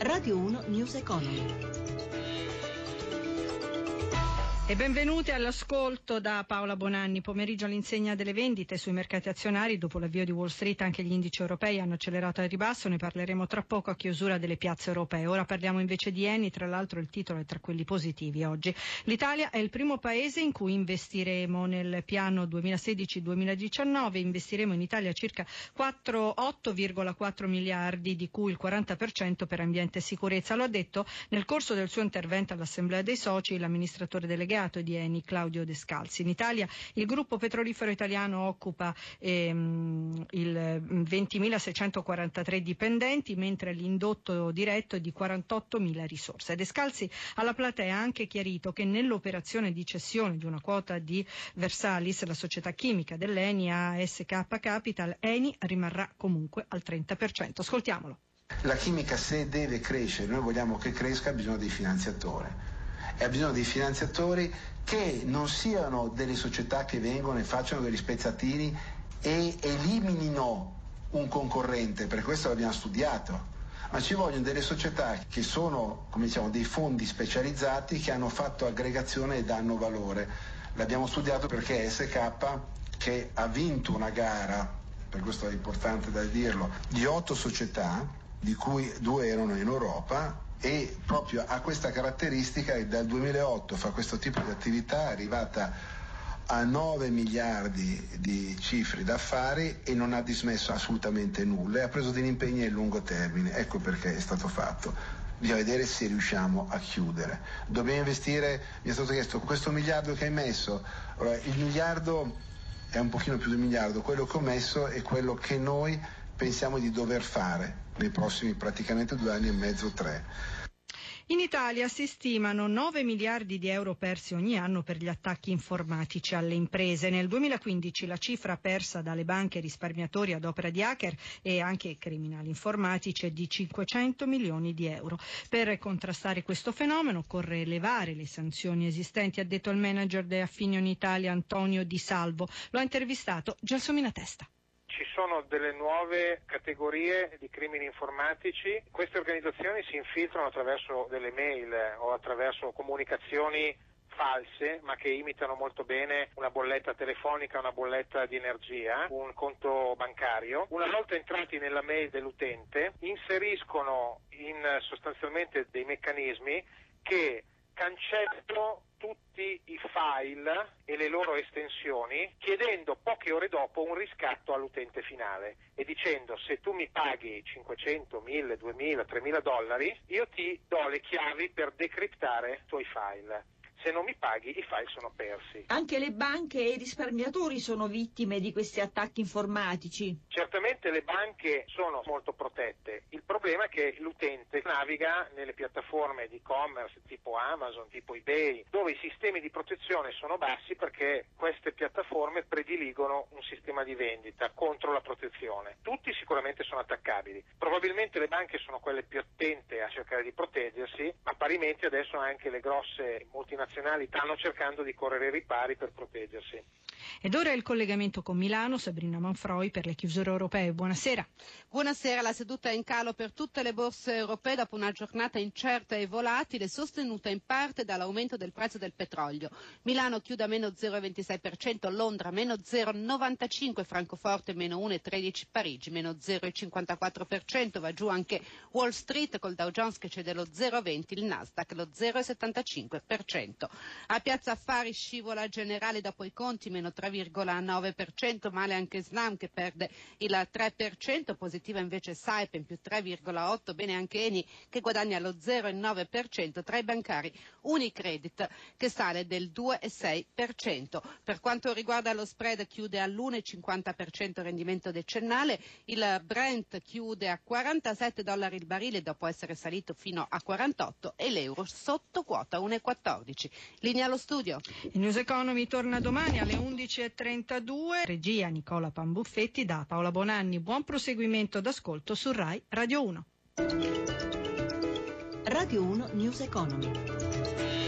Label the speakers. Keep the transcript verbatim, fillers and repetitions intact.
Speaker 1: Radio uno News Economy.
Speaker 2: E benvenuti all'ascolto da Paola Bonanni. Pomeriggio all'insegna delle vendite sui mercati azionari. Dopo l'avvio di Wall Street anche gli indici europei hanno accelerato al ribasso, ne parleremo tra poco a chiusura delle piazze europee. Ora parliamo invece di Eni, tra l'altro il titolo è tra quelli positivi oggi. L'Italia è il primo paese in cui investiremo nel piano duemilasedici duemiladiciannove, investiremo in Italia circa otto virgola quattro miliardi, di cui il quaranta per cento per ambiente e sicurezza. Lo ha detto nel corso del suo intervento all'Assemblea dei Soci l'amministratore delegato di Eni, Claudio Descalzi. In Italia il gruppo petrolifero italiano occupa ehm, il ventimilaseicentoquarantatré dipendenti, mentre l'indotto diretto è di quarantottomila risorse. Descalzi alla platea ha anche chiarito che nell'operazione di cessione di una quota di Versalis, la società chimica dell'Eni, a S K Capital, Eni rimarrà comunque al trenta per cento. Ascoltiamolo.
Speaker 3: La chimica, se deve crescere, noi vogliamo che cresca, ha bisogno dei finanziatori. E ha bisogno di finanziatori che non siano delle società che vengono e facciano degli spezzatini e eliminino un concorrente, per questo l'abbiamo studiato, ma ci vogliono delle società che sono, come diciamo, dei fondi specializzati che hanno fatto aggregazione e danno valore. L'abbiamo studiato perché S K, che ha vinto una gara, per questo è importante da dirlo, di otto società, di cui due erano in Europa, e proprio ha questa caratteristica che dal duemilaotto fa questo tipo di attività, è arrivata a nove miliardi di cifre d'affari e non ha dismesso assolutamente nulla e ha preso degli impegni a lungo termine. Ecco perché è stato fatto. Bisogna vedere se riusciamo a chiudere. Dobbiamo investire, mi è stato chiesto, questo miliardo che hai messo, allora, il miliardo è un pochino più di un miliardo, quello che ho messo è quello che noi pensiamo di dover fare nei prossimi praticamente due anni e mezzo, tre.
Speaker 2: In Italia si stimano nove miliardi di euro persi ogni anno per gli attacchi informatici alle imprese. Nel duemilaquindici la cifra persa dalle banche e risparmiatori ad opera di hacker e anche criminali informatici è di cinquecento milioni di euro. Per contrastare questo fenomeno occorre elevare le sanzioni esistenti, ha detto il manager di Affinion Italia Antonio Di Salvo. Lo ha intervistato Gelsomina Testa.
Speaker 4: Ci sono delle nuove categorie di crimini informatici. Queste organizzazioni si infiltrano attraverso delle mail o attraverso comunicazioni false, ma che imitano molto bene una bolletta telefonica, una bolletta di energia, un conto bancario. Una volta entrati nella mail dell'utente, inseriscono in sostanzialmente dei meccanismi che cancellano tutti i file e le loro estensioni, chiedendo poche ore dopo un riscatto all'utente finale e dicendo: se tu mi paghi cinquecento, mille, duemila, tremila dollari, io ti do le chiavi per decriptare i tuoi file. Se non mi paghi, i file sono persi.
Speaker 5: Anche le banche e i risparmiatori sono vittime di questi attacchi informatici.
Speaker 4: Certamente le banche sono molto protette. Il problema è che l'utente naviga nelle piattaforme di e-commerce tipo Amazon, tipo eBay, dove i sistemi di protezione sono bassi perché queste piattaforme prediligono un sistema di vendita contro la protezione. Tutti sicuramente sono attaccabili. Probabilmente le banche sono quelle più attente a cercare di proteggersi, ma parimenti adesso anche le grosse multinazionali stanno cercando di correre ai ripari per proteggersi.
Speaker 2: Ed ora il collegamento con Milano, Sabrina Manfroi per le chiusure europee. Buonasera.
Speaker 6: Buonasera, la seduta è in calo per tutte le borse europee dopo una giornata incerta e volatile, sostenuta in parte dall'aumento del prezzo del petrolio. Milano chiude a meno zero virgola ventisei per cento, Londra meno zero virgola novantacinque per cento, Francoforte meno uno virgola tredici per cento, Parigi meno zero virgola cinquantaquattro per cento, va giù anche Wall Street col Dow Jones che cede lo zero virgola venti per cento, il Nasdaq lo zero virgola settantacinque per cento. A Piazza Affari scivola Generali dopo i conti meno tre virgola nove per cento, male anche Snam che perde il tre per cento, positiva invece Saipem più tre virgola otto per cento, bene anche Eni che guadagna lo zero virgola nove per cento, tra i bancari Unicredit che sale del due virgola sei per cento. Per quanto riguarda lo spread chiude all'uno virgola cinquanta per cento rendimento decennale, il Brent chiude a quarantasette dollari il barile dopo essere salito fino a quarantotto e l'euro sotto quota uno virgola quattordici. Linea allo studio.
Speaker 2: Il News Economy torna domani alle undici e trentadue. Regia Nicola Pambuffetti, da Paola Bonanni. Buon proseguimento d'ascolto su Rai Radio uno.
Speaker 1: Radio uno News Economy.